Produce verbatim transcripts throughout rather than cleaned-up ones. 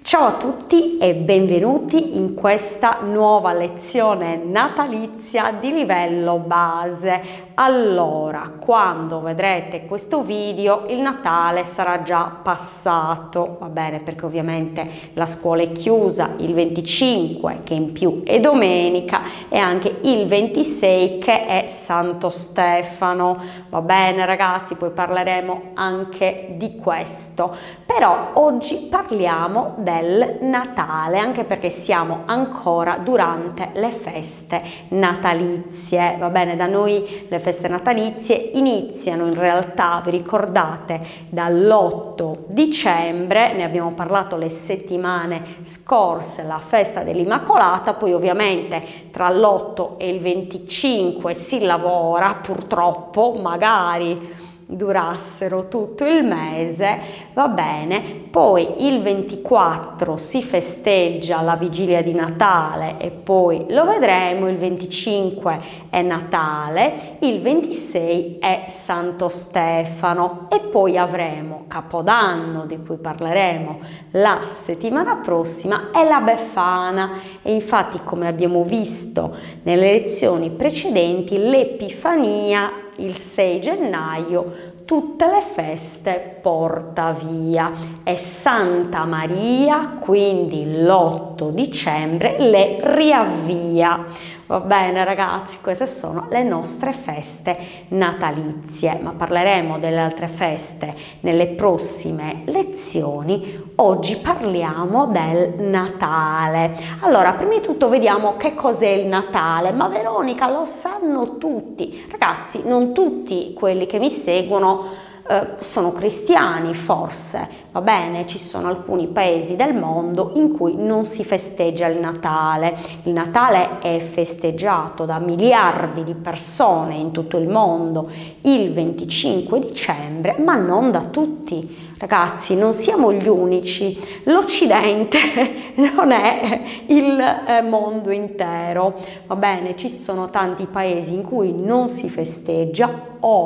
Ciao a tutti e benvenuti in questa nuova lezione natalizia di livello base. Allora, quando vedrete questo video il Natale sarà già passato, va bene, perché ovviamente la scuola è chiusa il venticinque, che in più è domenica, e anche il ventisei, che è Santo Stefano. Va bene ragazzi, poi parleremo anche di questo, però oggi parliamo del Natale, anche perché siamo ancora durante le feste natalizie. Va bene, da noi le feste natalizie iniziano in realtà, vi ricordate, dall'otto dicembre, ne abbiamo parlato le settimane scorse, la festa dell'Immacolata, poi ovviamente tra l'otto e il venticinque si lavora, purtroppo, magari durassero tutto il mese, va bene, poi il ventiquattro si festeggia la vigilia di Natale e poi lo vedremo, il venticinque è Natale, il ventisei è Santo Stefano e poi avremo Capodanno, di cui parleremo la settimana prossima, e la Befana. E infatti, come abbiamo visto nelle lezioni precedenti, l'Epifania il sei gennaio tutte le feste porta via, e Santa Maria quindi l'otto dicembre le riavvia. Va bene ragazzi, queste sono le nostre feste natalizie, ma parleremo delle altre feste nelle prossime lezioni. Oggi parliamo del Natale. Allora, prima di tutto vediamo che cos'è il Natale. Ma Veronica, lo sanno tutti. Ragazzi, non tutti quelli che mi seguono eh, sono cristiani, forse. Va bene, ci sono alcuni paesi del mondo in cui non si festeggia il Natale. Il Natale è festeggiato da miliardi di persone in tutto il mondo il venticinque dicembre, ma non da tutti. Ragazzi, non siamo gli unici. L'Occidente non è il eh, mondo intero. Va bene, ci sono tanti paesi in cui non si festeggia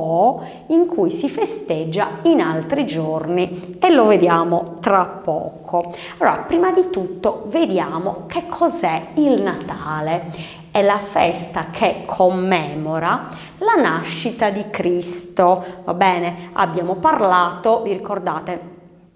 o in cui si festeggia in altri giorni, e lo vediamo tra poco. Allora, prima di tutto vediamo che cos'è il Natale. È la festa che commemora la nascita di Cristo. Va bene, abbiamo parlato, vi ricordate,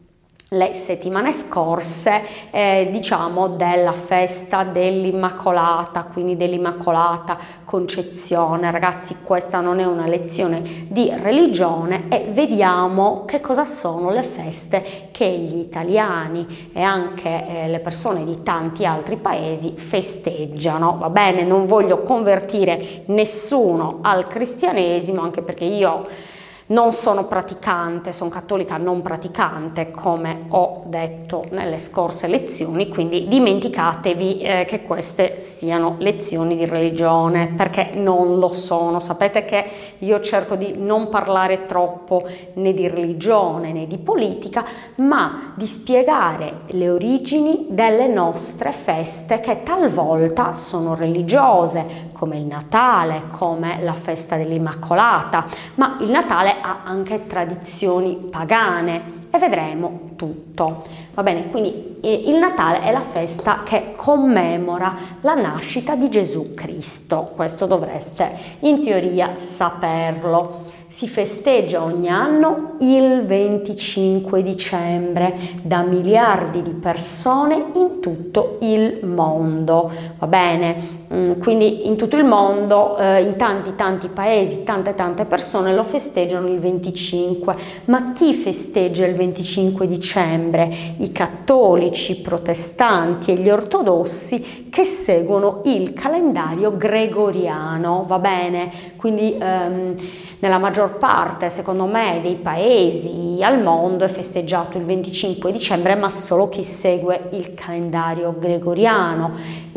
le settimane scorse eh, diciamo della festa dell'Immacolata, quindi dell'Immacolata Concezione. Ragazzi, questa non è una lezione di religione, e vediamo che cosa sono le feste che gli italiani e anche eh, le persone di tanti altri paesi festeggiano. Va bene, non voglio convertire nessuno al cristianesimo, anche perché io non sono praticante, sono cattolica non praticante, come ho detto nelle scorse lezioni, quindi dimenticatevi eh, che queste siano lezioni di religione, perché non lo sono. Sapete che io cerco di non parlare troppo né di religione né di politica, ma di spiegare le origini delle nostre feste, che talvolta sono religiose, come il Natale, come la festa dell'Immacolata, ma il Natale ha anche tradizioni pagane e vedremo tutto. Va bene, quindi eh, il Natale è la festa che commemora la nascita di Gesù Cristo. Questo dovreste in teoria saperlo. Si festeggia ogni anno il venticinque dicembre da miliardi di persone in tutto il mondo. Va bene? Quindi in tutto il mondo, eh, in tanti tanti paesi, tante tante persone lo festeggiano il venticinque. Ma chi festeggia il venticinque dicembre? I cattolici, i protestanti e gli ortodossi, che seguono il calendario gregoriano. Va bene? Quindi ehm, nella maggior parte, secondo me, dei paesi al mondo è festeggiato il venticinque dicembre, ma solo chi segue il calendario gregoriano.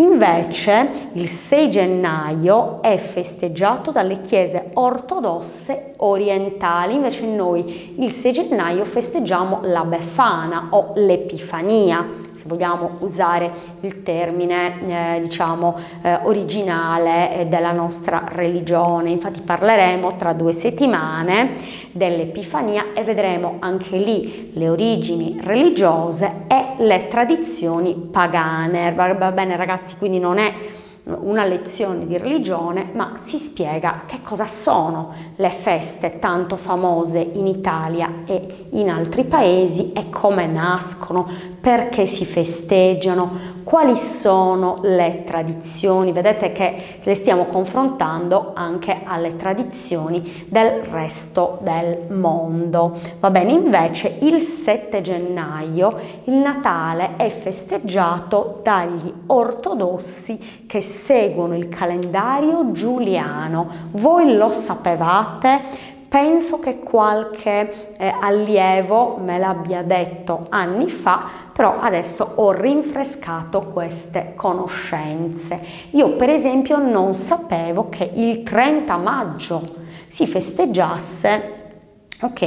Invece il sei gennaio è festeggiato dalle chiese ortodosse orientali. Invece noi il sei gennaio festeggiamo la Befana o l'Epifania, se vogliamo usare il termine eh, diciamo eh, originale eh, della nostra religione. Infatti parleremo tra due settimane dell'Epifania e vedremo anche lì le origini religiose e le tradizioni pagane. Va bene ragazzi, quindi non è una lezione di religione, ma si spiega che cosa sono le feste tanto famose in Italia e in altri paesi e come nascono, perché si festeggiano, quali sono le tradizioni. Vedete che le stiamo confrontando anche alle tradizioni del resto del mondo. Va bene, invece il sette gennaio il Natale è festeggiato dagli ortodossi che seguono il calendario giuliano. Voi lo sapevate? Penso che qualche eh, allievo me l'abbia detto anni fa, però adesso ho rinfrescato queste conoscenze. Io per esempio non sapevo che il trenta maggio si festeggiasse, ok,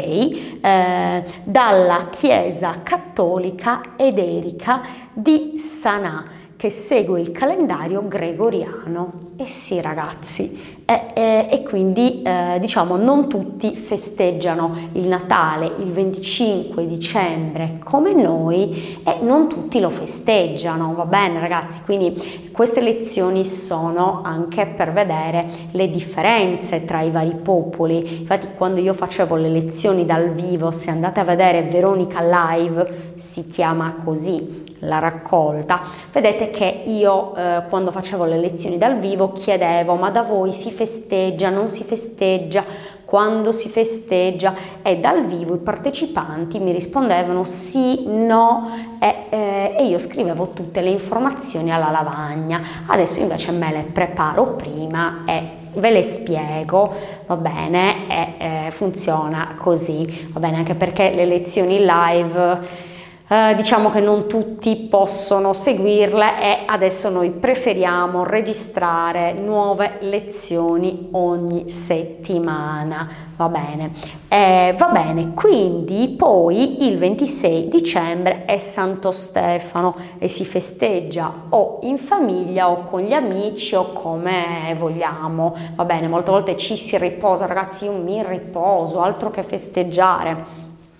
eh, dalla Chiesa Cattolica Ederica di Sanà, che segue il calendario gregoriano. E sì ragazzi, e, e, e quindi eh, diciamo non tutti festeggiano il Natale il venticinque dicembre come noi e non tutti lo festeggiano, va bene ragazzi? Quindi queste lezioni sono anche per vedere le differenze tra i vari popoli. Infatti quando io facevo le lezioni dal vivo, se andate a vedere Veronica Live, si chiama così la raccolta, vedete che io eh, quando facevo le lezioni dal vivo chiedevo: ma da voi si festeggia, non si festeggia, quando si festeggia? E dal vivo i partecipanti mi rispondevano sì, no e, eh, e io scrivevo tutte le informazioni alla lavagna. Adesso invece me le preparo prima e ve le spiego, va bene, e eh, funziona così, va bene, anche perché le lezioni live Eh, diciamo che non tutti possono seguirle e adesso noi preferiamo registrare nuove lezioni ogni settimana, va bene? Eh, va bene, quindi poi il ventisei dicembre è Santo Stefano e si festeggia o in famiglia o con gli amici o come vogliamo, va bene? Molte volte ci si riposa, ragazzi, io mi riposo, altro che festeggiare,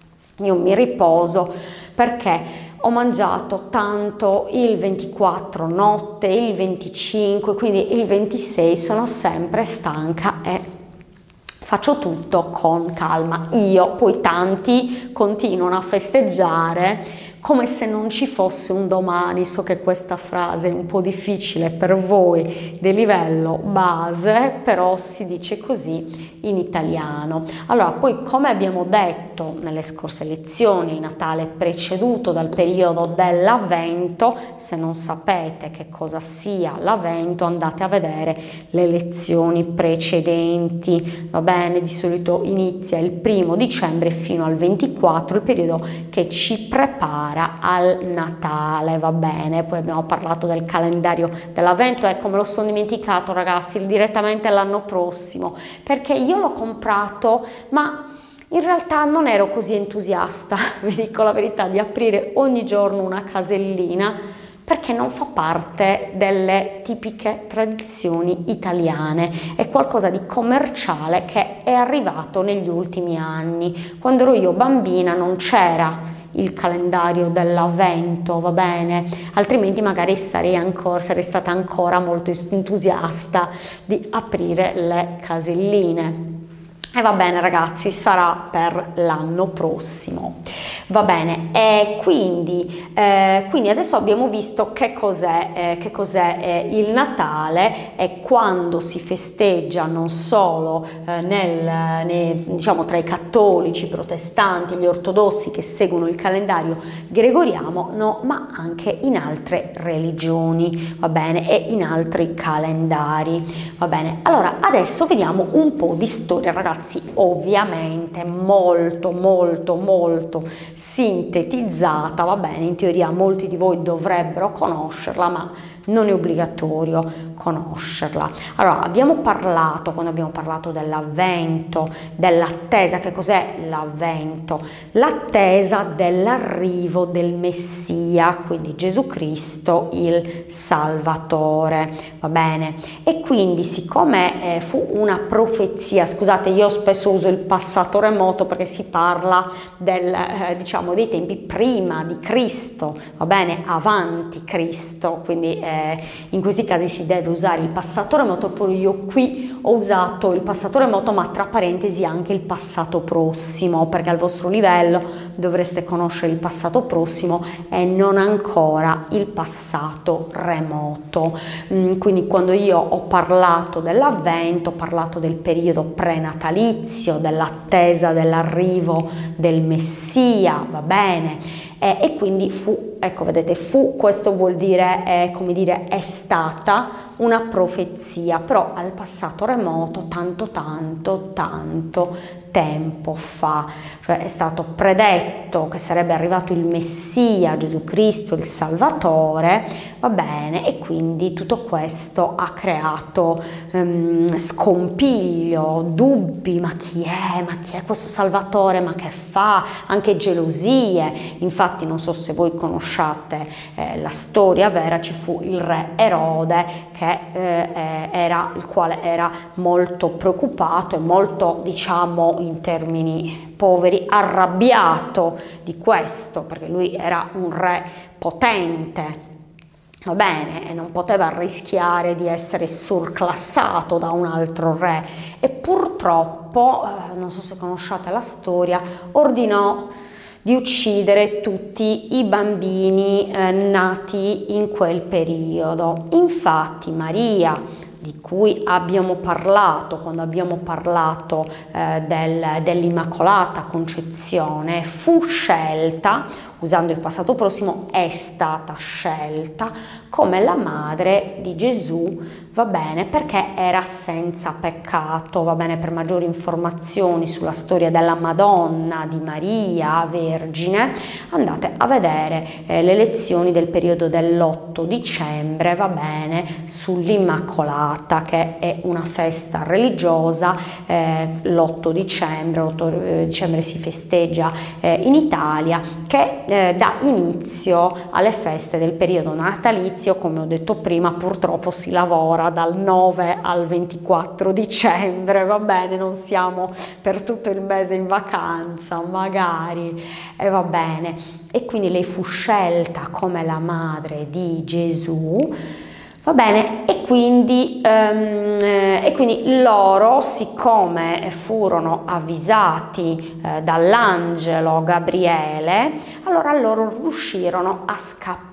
io mi riposo perché ho mangiato tanto il ventiquattro notte, il venticinque, quindi il ventisei sono sempre stanca e faccio tutto con calma. Io, poi tanti continuano a festeggiare come se non ci fosse un domani. So che questa frase è un po' difficile per voi del livello base, però si dice così in italiano. Allora, poi come abbiamo detto nelle scorse lezioni, il Natale è preceduto dal periodo dell'Avvento. Se non sapete che cosa sia l'Avvento, andate a vedere le lezioni precedenti, va bene? Di solito inizia il primo dicembre fino al ventiquattro, il periodo che ci prepara al Natale, va bene? Poi abbiamo parlato del calendario dell'Avvento, ecco, me lo sono dimenticato ragazzi, direttamente l'anno prossimo, perché io l'ho comprato, ma in realtà non ero così entusiasta, vi dico la verità, di aprire ogni giorno una casellina, perché non fa parte delle tipiche tradizioni italiane, è qualcosa di commerciale che è arrivato negli ultimi anni. Quando ero io bambina non c'era il calendario dell'Avvento, va bene? Altrimenti magari sarei ancora, sarei stata ancora molto entusiasta di aprire le caselline. E va bene ragazzi, sarà per l'anno prossimo. Va bene, e quindi, eh, quindi adesso abbiamo visto che cos'è eh, che cos'è eh, il Natale e quando si festeggia non solo eh, nel, nei, diciamo, tra i cattolici, i protestanti, gli ortodossi che seguono il calendario gregoriano, no, ma anche in altre religioni, va bene, e in altri calendari, va bene. Allora adesso vediamo un po' di storia ragazzi, ovviamente molto molto molto sintetizzata, va bene, in teoria molti di voi dovrebbero conoscerla, ma non è obbligatorio conoscerla. Allora, abbiamo parlato, quando abbiamo parlato dell'avvento, dell'attesa, che cos'è l'avvento? L'attesa dell'arrivo del Messia, quindi Gesù Cristo il Salvatore, va bene? E quindi, siccome eh, fu una profezia, scusate, io spesso uso il passato remoto perché si parla del, eh, diciamo, dei tempi prima di Cristo, va bene, avanti Cristo, quindi eh, in questi casi si deve usare il passato remoto. Poi io qui ho usato il passato remoto, ma tra parentesi anche il passato prossimo, perché al vostro livello dovreste conoscere il passato prossimo e non ancora il passato remoto. Mm, quindi quando io ho parlato dell'avvento, ho parlato del periodo prenatalizio, dell'attesa dell'arrivo del Messia, va bene? Eh, e quindi fu, ecco, vedete, fu, questo vuol dire, eh, come dire, è stata una profezia, però al passato remoto, tanto tanto tanto tempo fa, cioè è stato predetto che sarebbe arrivato il Messia, Gesù Cristo, il Salvatore, va bene, e quindi tutto questo ha creato um, scompiglio, dubbi, ma chi è, ma chi è questo Salvatore, ma che fa, anche gelosie. Infatti non so se voi conosciate eh, la storia vera, ci fu il re Erode che eh, era, il quale era molto preoccupato e molto, diciamo in termini poveri, arrabbiato di questo, perché lui era un re potente, va bene, e non poteva rischiare di essere surclassato da un altro re, e purtroppo, eh, non so se conosciate la storia, ordinò di uccidere tutti i bambini eh, nati in quel periodo. Infatti Maria, di cui abbiamo parlato quando abbiamo parlato eh, del, dell'Immacolata Concezione, fu scelta, usando il passato prossimo, è stata scelta come la madre di Gesù, va bene, perché era senza peccato, va bene. Per maggiori informazioni sulla storia della Madonna di Maria Vergine, andate a vedere eh, le lezioni del periodo dell'otto dicembre, va bene, sull'Immacolata, che è una festa religiosa. eh, l'otto dicembre, l'otto dicembre si festeggia eh, in Italia, che eh, dà inizio alle feste del periodo natalizio. Come ho detto prima, purtroppo si lavora dal nove al ventiquattro dicembre, va bene, non siamo per tutto il mese in vacanza, magari, e va bene. E quindi lei fu scelta come la madre di Gesù, va bene, e quindi, um, e quindi loro, siccome furono avvisati eh, dall'angelo Gabriele, allora loro riuscirono a scappare,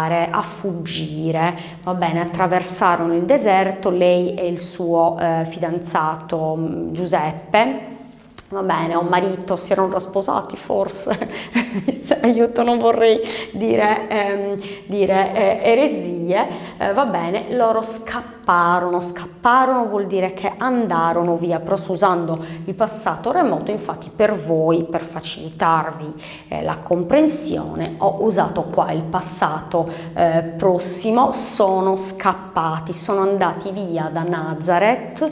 a fuggire, va bene, attraversarono il deserto, lei e il suo eh, fidanzato Giuseppe, va bene, o marito, si erano già sposati forse, aiuto, non vorrei dire, ehm, dire eh, eresie, eh, va bene, loro scapparono, scapparono vuol dire che andarono via, però sto usando il passato remoto, infatti per voi, per facilitarvi eh, la comprensione, ho usato qua il passato eh, prossimo, sono scappati, sono andati via da Nazareth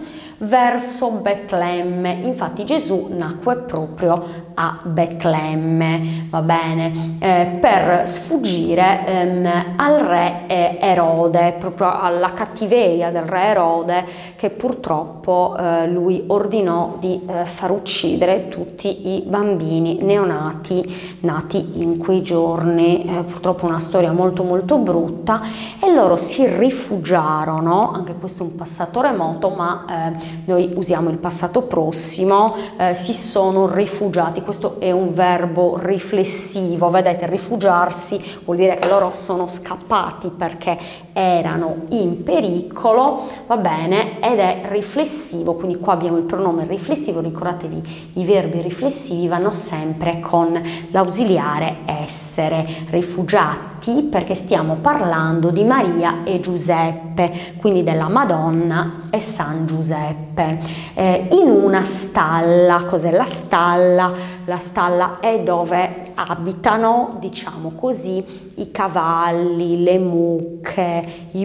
verso Betlemme. Infatti Gesù nacque proprio a Betlemme, va bene, eh, per sfuggire ehm, al re eh, Erode, proprio alla cattiveria del re Erode, che purtroppo eh, lui ordinò di eh, far uccidere tutti i bambini neonati nati in quei giorni. Eh, purtroppo una storia molto molto brutta, e loro si rifugiarono, anche questo è un passato remoto, ma eh, noi usiamo il passato prossimo, eh, si sono rifugiati. Questo è un verbo riflessivo, vedete, rifugiarsi vuol dire che loro sono scappati perché erano in pericolo, va bene, ed è riflessivo, quindi qua abbiamo il pronome riflessivo. Ricordatevi, i verbi riflessivi vanno sempre con l'ausiliare essere, rifugiati, legati perché stiamo parlando di Maria e Giuseppe, quindi della Madonna e San Giuseppe, eh, in una stalla. Cos'è la stalla? La stalla è dove abitano, diciamo così, i cavalli, le mucche, i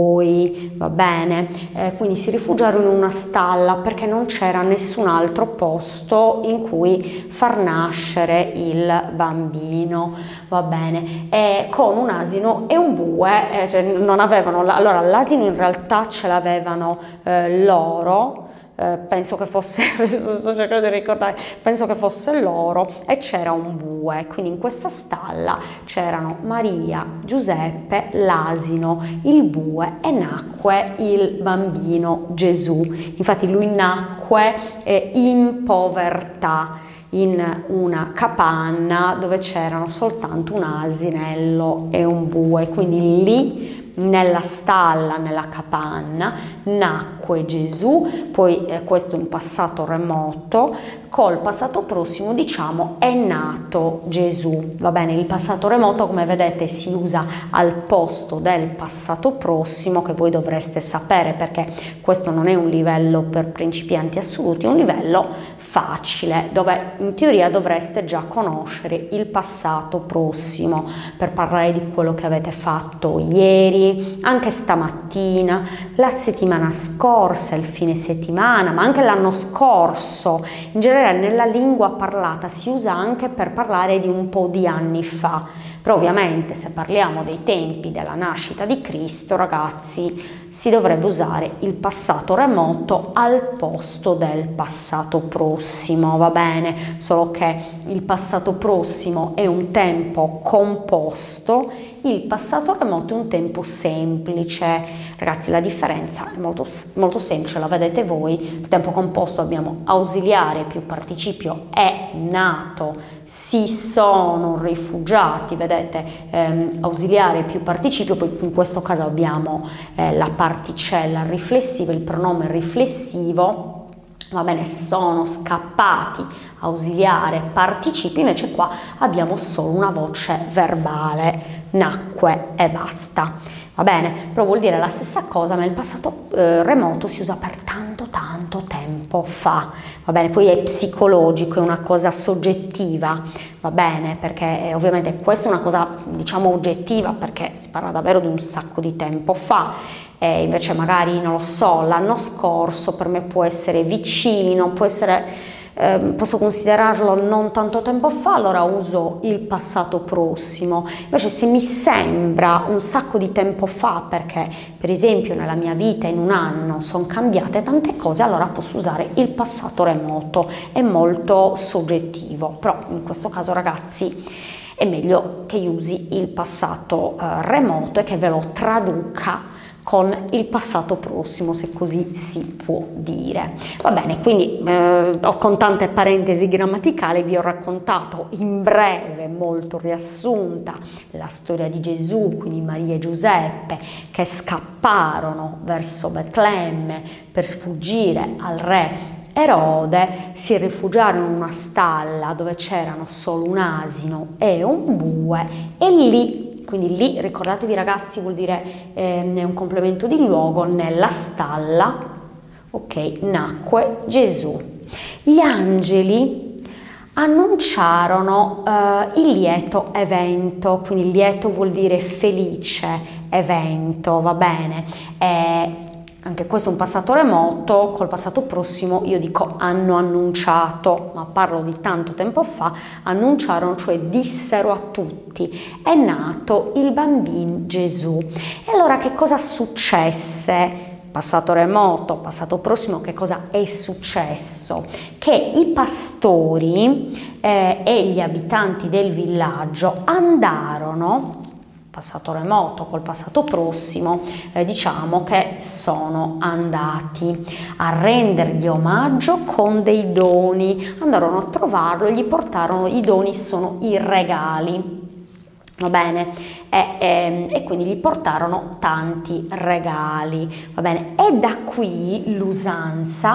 buoi, va bene? Eh, quindi si rifugiarono in una stalla perché non c'era nessun altro posto in cui far nascere il bambino, va bene? E con un asino e un bue, eh, cioè non avevano, allora l'asino in realtà ce l'avevano eh, loro. Eh, penso che fosse, sto cercando di ricordare, penso che fosse loro, e c'era un bue, quindi in questa stalla c'erano Maria, Giuseppe, l'asino, il bue e nacque il bambino Gesù. Infatti lui nacque eh, in povertà, in una capanna dove c'erano soltanto un asinello e un bue, quindi lì nella stalla, nella capanna, nacque Gesù. Poi eh, questo in passato remoto, col passato prossimo diciamo è nato Gesù, va bene? Il passato remoto, come vedete, si usa al posto del passato prossimo, che voi dovreste sapere perché questo non è un livello per principianti assoluti, è un livello facile dove in teoria dovreste già conoscere il passato prossimo per parlare di quello che avete fatto ieri, anche stamattina, la settimana scorsa, il fine settimana, ma anche l'anno scorso. In generale nella lingua parlata si usa anche per parlare di un po' di anni fa, però ovviamente se parliamo dei tempi della nascita di Cristo, ragazzi, si dovrebbe usare il passato remoto al posto del passato prossimo, va bene? Solo che il passato prossimo è un tempo composto, il passato remoto è un tempo semplice. Ragazzi, la differenza è molto, molto semplice, la vedete voi. Il tempo composto abbiamo ausiliare più participio è nato, si sono rifugiati, vedete, ehm, ausiliare più participio, poi in questo caso abbiamo eh, la particella riflessiva, il pronome riflessivo, va bene, sono scappati, ausiliare, participio, invece qua abbiamo solo una voce verbale, nacque e basta. Va bene, però vuol dire la stessa cosa, ma il passato eh, remoto si usa per tanto tanto tempo fa, va bene, poi è psicologico, è una cosa soggettiva, va bene, perché eh, ovviamente questa è una cosa diciamo oggettiva perché si parla davvero di un sacco di tempo fa, e invece magari non lo so, l'anno scorso per me può essere vicino, può essere... Eh, posso considerarlo non tanto tempo fa, allora uso il passato prossimo. Invece se mi sembra un sacco di tempo fa perché per esempio nella mia vita in un anno sono cambiate tante cose, allora posso usare il passato remoto, è molto soggettivo, però in questo caso ragazzi è meglio che usi il passato eh, remoto e che ve lo traduca con il passato prossimo, se così si può dire. Va bene, quindi eh, con tante parentesi grammaticali vi ho raccontato in breve, molto riassunta, la storia di Gesù, quindi Maria e Giuseppe che scapparono verso Betlemme per sfuggire al re Erode, si rifugiarono in una stalla dove c'erano solo un asino e un bue e lì, quindi lì ricordatevi ragazzi, vuol dire eh, è un complemento di luogo, nella stalla, ok, nacque Gesù. Gli angeli annunciarono eh, il lieto evento, quindi lieto vuol dire felice evento, va bene? Eh, Anche questo è un passato remoto, col passato prossimo io dico hanno annunciato, ma parlo di tanto tempo fa, annunciarono, cioè dissero a tutti, è nato il bambino Gesù. E allora che cosa successe? Passato remoto, passato prossimo, che cosa è successo? Che i pastori eh, e gli abitanti del villaggio andarono, passato remoto col passato prossimo, eh, diciamo che sono andati a rendergli omaggio con dei doni, andarono a trovarlo e gli portarono i doni, sono i regali, va bene, e, e, e quindi gli portarono tanti regali, va bene, e da qui l'usanza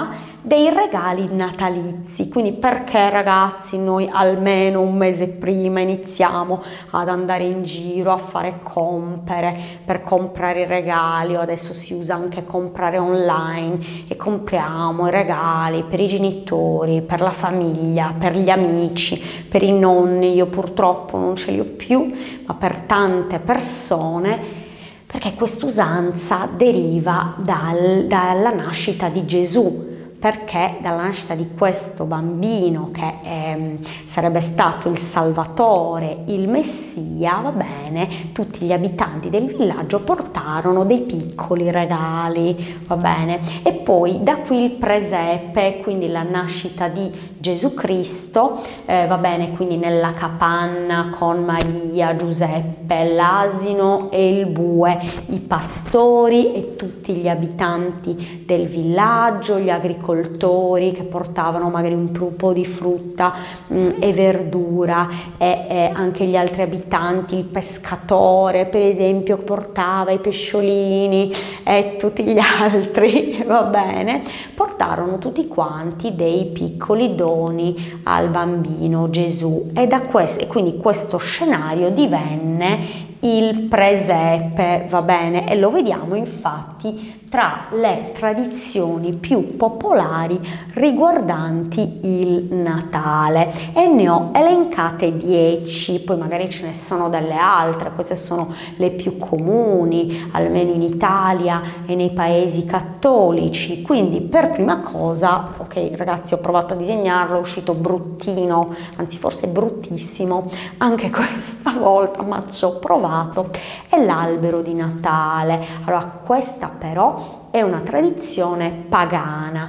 dei regali natalizi. Quindi perché ragazzi noi almeno un mese prima iniziamo ad andare in giro a fare compere per comprare i regali, o adesso si usa anche comprare online e compriamo i regali per i genitori, per la famiglia, per gli amici, per i nonni. Io purtroppo non ce li ho più, ma per tante persone, perché quest'usanza deriva dal, dalla nascita di Gesù, perché dalla nascita di questo bambino che eh, sarebbe stato il Salvatore, il Messia, va bene, tutti gli abitanti del villaggio portarono dei piccoli regali, va bene, e poi da qui il presepe, quindi la nascita di Gesù Cristo, eh, va bene, quindi nella capanna con Maria, Giuseppe, l'asino e il bue, i pastori e tutti gli abitanti del villaggio, gli agricoltori che portavano magari un po' di frutta mh, e verdura, e, e anche gli altri abitanti, il pescatore per esempio portava i pesciolini, e tutti gli altri, va bene, portarono tutti quanti dei piccoli doni al bambino Gesù, e da questo, e quindi questo scenario divenne il presepe, va bene, e lo vediamo infatti tra le tradizioni più popolari riguardanti il Natale, e ne ho elencate dieci, poi magari ce ne sono delle altre, queste sono le più comuni, almeno in Italia e nei paesi cattolici. Quindi per prima cosa, ok ragazzi, ho provato a disegnarlo, è uscito bruttino, anzi forse bruttissimo anche questa volta, ma ci ho provato, è l'albero di Natale. Allora questa però è una tradizione pagana,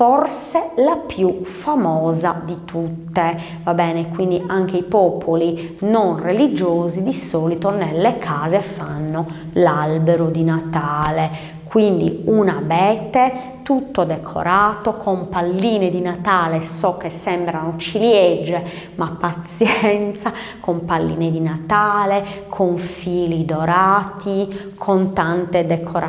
forse la più famosa di tutte, va bene, quindi anche i popoli non religiosi di solito nelle case fanno l'albero di Natale. Quindi un abete tutto decorato con palline di Natale, so che sembrano ciliegie, ma pazienza, con palline di Natale, con fili dorati, con tante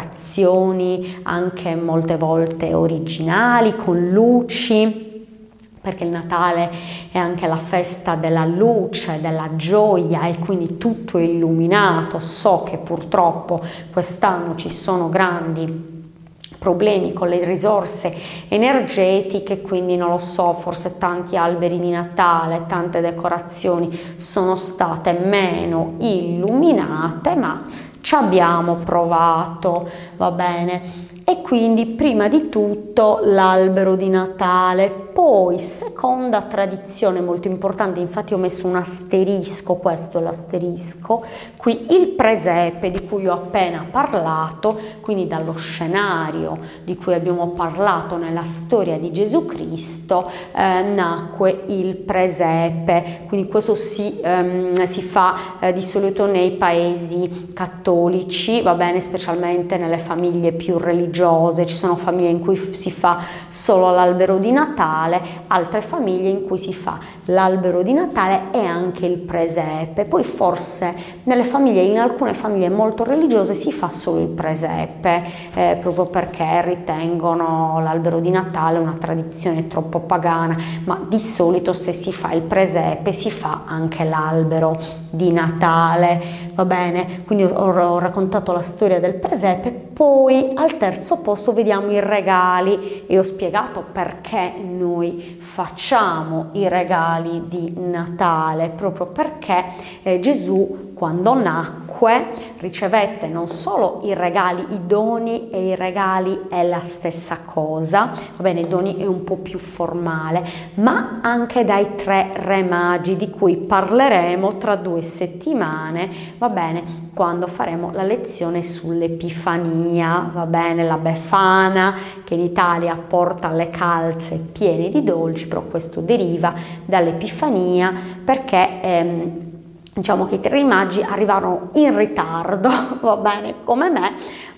decorazioni anche molte volte originali, con luci, perché il Natale è anche la festa della luce, della gioia, e quindi tutto è illuminato. So che purtroppo quest'anno ci sono grandi problemi con le risorse energetiche, quindi non lo so, forse tanti alberi di Natale, tante decorazioni sono state meno illuminate, ma ci abbiamo provato, va bene. E quindi prima di tutto l'albero di Natale, poi seconda tradizione molto importante, infatti ho messo un asterisco, questo è l'asterisco, qui il presepe di cui ho appena parlato, quindi dallo scenario di cui abbiamo parlato nella storia di Gesù Cristo, eh, nacque il presepe, quindi questo si, ehm, si fa eh, di solito nei paesi cattolici, va bene, specialmente nelle famiglie più religiose. Ci sono famiglie in cui si fa solo l'albero di Natale, altre famiglie in cui si fa l'albero di Natale e anche il presepe. Poi forse nelle famiglie, in alcune famiglie molto religiose si fa solo il presepe, eh, proprio perché ritengono l'albero di Natale una tradizione troppo pagana, ma di solito se si fa il presepe si fa anche l'albero di Natale, va bene? Quindi ho, ho raccontato la storia del presepe, poi al terzo posto vediamo i regali, e ho spiegato perché noi facciamo i regali di Natale, proprio perché eh, Gesù quando nacque ricevette non solo i regali, i doni, e i regali è la stessa cosa, va bene, i doni è un po' più formale, ma anche dai tre re magi di cui parleremo tra due settimane, va bene, quando faremo la lezione sull'Epifania, va bene, la Befana che in Italia porta le calze piene di dolci, però questo deriva dall'Epifania perché ehm, diciamo che i tre magi arrivarono in ritardo, va bene, come me,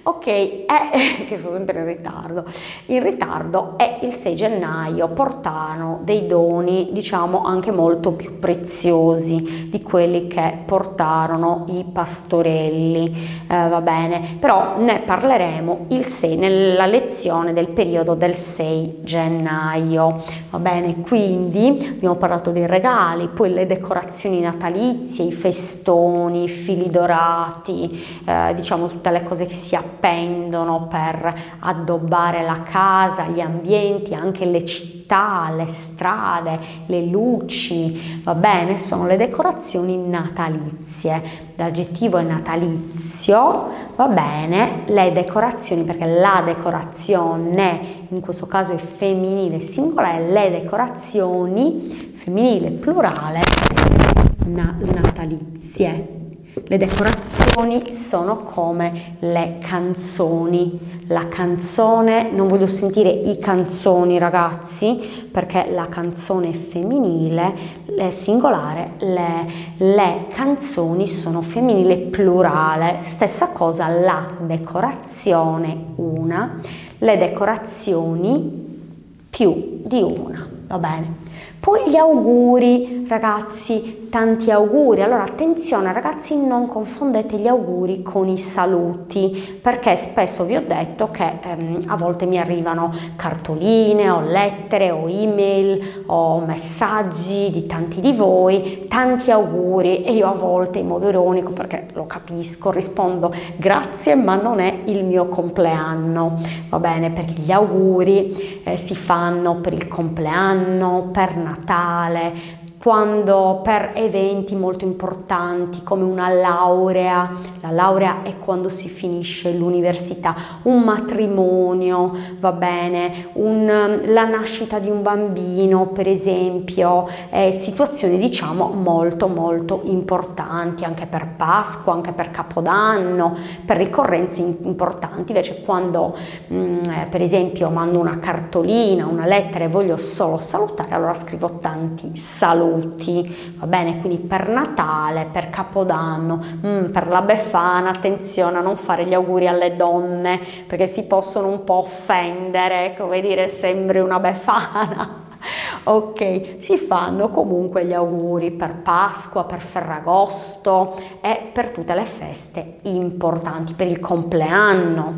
Ok, è che sono sempre in ritardo. In ritardo è il sei gennaio, portano dei doni, diciamo, anche molto più preziosi di quelli che portarono i pastorelli, eh, va bene, però ne parleremo il sei, nella lezione del periodo del sei gennaio, va bene. Quindi abbiamo parlato dei regali, poi le decorazioni natalizie, i festoni, i fili dorati, eh, diciamo tutte le cose che si appendono per addobbare la casa, gli ambienti, anche le città, le strade, le luci, va bene, sono le decorazioni natalizie. L'aggettivo è natalizio, va bene, le decorazioni, perché la decorazione in questo caso è femminile singolare, le decorazioni femminile plurale na- natalizie. Le decorazioni sono come le canzoni. La canzone, non voglio sentire i canzoni ragazzi, perché la canzone è femminile, è singolare, le, le canzoni sono femminile plurale. Stessa cosa la decorazione una, le decorazioni più di una, va bene? Poi gli auguri, ragazzi, tanti auguri. Allora attenzione ragazzi, non confondete gli auguri con i saluti, perché spesso vi ho detto che ehm, a volte mi arrivano cartoline o lettere o email o messaggi di tanti di voi, tanti auguri, e io a volte in modo ironico, perché lo capisco, rispondo grazie ma non è il mio compleanno, va bene, perché gli auguri eh, si fanno per il compleanno, per Natale, quando per eventi molto importanti come una laurea, la laurea è quando si finisce l'università, un matrimonio, va bene, un, la nascita di un bambino per esempio, eh, situazioni diciamo molto molto importanti, anche per Pasqua, anche per Capodanno, per ricorrenze importanti. Invece quando mh, eh, per esempio mando una cartolina, una lettera e voglio solo salutare, allora scrivo tanti saluti. Va bene, quindi per Natale, per Capodanno, mm, per la Befana, attenzione a non fare gli auguri alle donne, perché si possono un po' offendere, come dire, sembri una Befana. Ok, si fanno comunque gli auguri per Pasqua, per Ferragosto e per tutte le feste importanti, per il compleanno,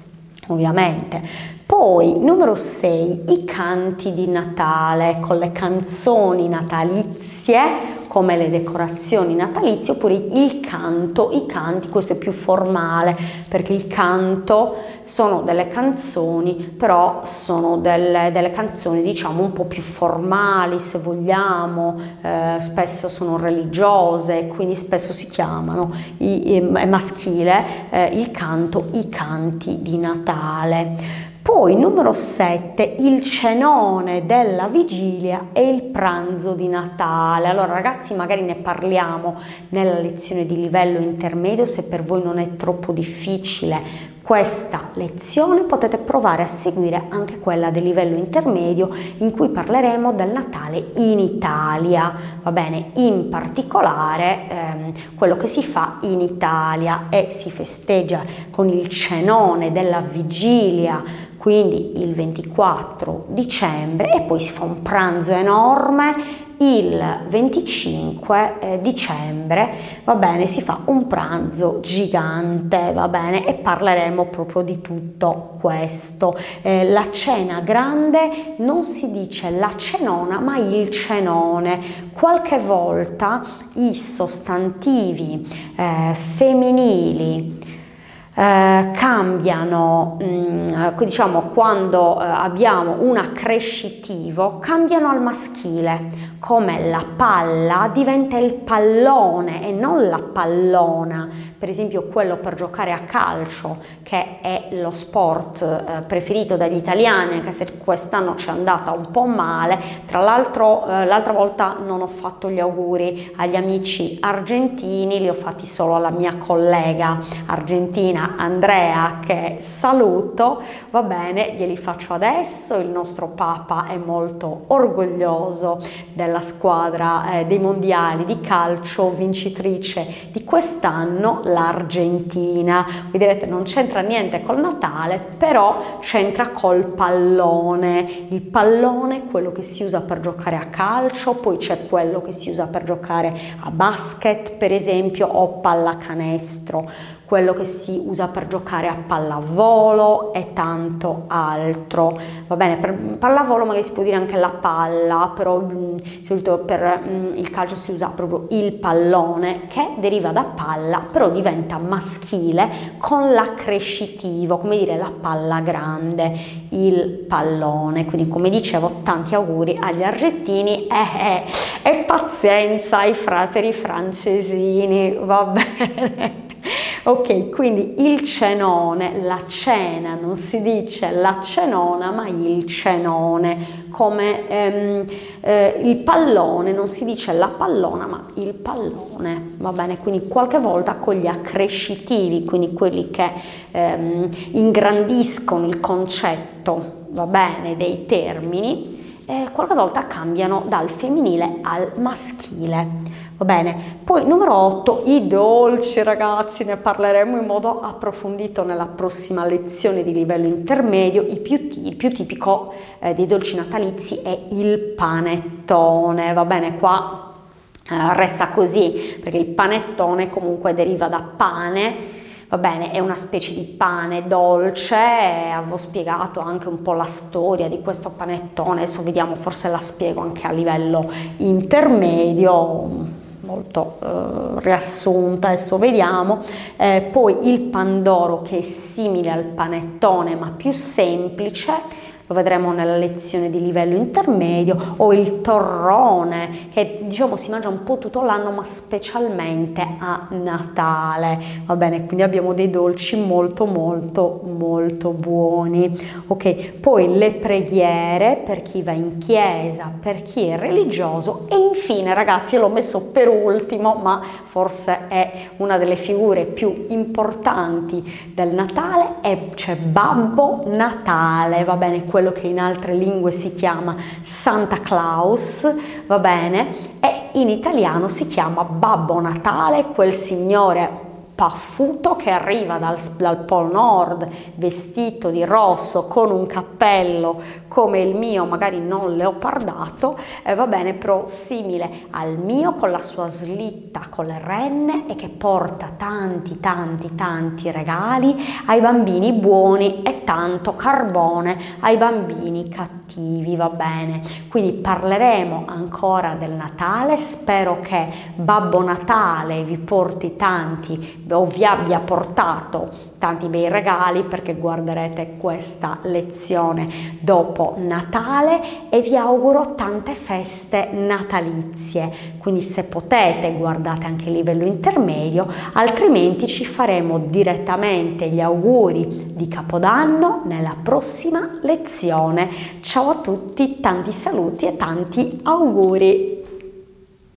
ovviamente. Poi numero sei, i canti di Natale, con le canzoni natalizie come le decorazioni natalizie, oppure il canto, i canti, questo è più formale perché il canto sono delle canzoni, però sono delle, delle canzoni diciamo un po' più formali se vogliamo, eh, spesso sono religiose, quindi spesso si chiamano, i, è maschile eh, il canto, i canti di Natale. Poi numero sette, il cenone della vigilia e il pranzo di Natale. Allora ragazzi, magari ne parliamo nella lezione di livello intermedio, se per voi non è troppo difficile questa lezione potete provare a seguire anche quella del livello intermedio, in cui parleremo del Natale in Italia, va bene, in particolare ehm, quello che si fa in Italia, e si festeggia con il cenone della vigilia, quindi il ventiquattro dicembre, e poi si fa un pranzo enorme il venticinque eh, dicembre, va bene, si fa un pranzo gigante, va bene, e parleremo proprio di tutto questo. Eh, la cena grande non si dice la cenona ma il cenone. Qualche volta i sostantivi eh, femminili Eh, cambiano, mh, diciamo quando eh, abbiamo un accrescitivo, cambiano al maschile, come la palla diventa il pallone e non la pallona, per esempio quello per giocare a calcio, che è lo sport eh, preferito dagli italiani, anche se quest'anno ci è andata un po' male. Tra l'altro eh, l'altra volta non ho fatto gli auguri agli amici argentini, li ho fatti solo alla mia collega argentina Andrea, che saluto, va bene, glieli faccio adesso. Il nostro Papa è molto orgoglioso della la squadra eh, dei mondiali di calcio vincitrice di quest'anno, l'Argentina. Voi direte non c'entra niente col Natale, però c'entra col pallone. Il pallone è quello che si usa per giocare a calcio, poi c'è quello che si usa per giocare a basket per esempio o pallacanestro, quello che si usa per giocare a pallavolo e tanto altro. Va bene, per pallavolo magari si può dire anche la palla, però di solito per mh, il calcio si usa proprio il pallone, che deriva da palla, però diventa maschile con l'accrescitivo, come dire la palla grande, il pallone. Quindi come dicevo, tanti auguri agli argentini e eh, eh, pazienza ai fra, per i francesini, va bene. Ok, quindi il cenone, la cena, non si dice la cenona ma il cenone, come ehm, eh, il pallone, non si dice la pallona ma il pallone, va bene? Quindi qualche volta con gli accrescitivi, quindi quelli che ehm, ingrandiscono il concetto, va bene, dei termini, eh, qualche volta cambiano dal femminile al maschile. Va bene, poi numero otto, i dolci ragazzi, ne parleremo in modo approfondito nella prossima lezione di livello intermedio. Il più, il più tipico eh, dei dolci natalizi è il panettone, va bene, qua eh, resta così perché il panettone comunque deriva da pane, va bene, è una specie di pane dolce, avevo spiegato anche un po' la storia di questo panettone, adesso vediamo, forse la spiego anche a livello intermedio, molto eh, riassunta, adesso vediamo. Eh, poi il pandoro, che è simile al panettone ma più semplice, lo vedremo nella lezione di livello intermedio, o il torrone, che diciamo si mangia un po' tutto l'anno ma specialmente a Natale, va bene, quindi abbiamo dei dolci molto molto molto buoni. Ok, poi le preghiere per chi va in chiesa, per chi è religioso, e infine ragazzi, l'ho messo per ultimo ma forse è una delle figure più importanti del Natale, e c'è Babbo Natale, va bene, quello che in altre lingue si chiama Santa Claus, va bene, e in italiano si chiama Babbo Natale, quel signore paffuto che arriva dal, dal Polo Nord vestito di rosso con un cappello come il mio, magari non leopardato, eh, va bene, però simile al mio, con la sua slitta con le renne, e che porta tanti tanti tanti regali ai bambini buoni e tanto carbone ai bambini cattivi, va bene. Quindi parleremo ancora del Natale, spero che Babbo Natale vi porti tanti o vi abbia portato tanti bei regali, perché guarderete questa lezione dopo Natale, e vi auguro tante feste natalizie. Quindi se potete guardate anche il livello intermedio, altrimenti ci faremo direttamente gli auguri di Capodanno nella prossima lezione. Ciao a tutti, tanti saluti e tanti auguri!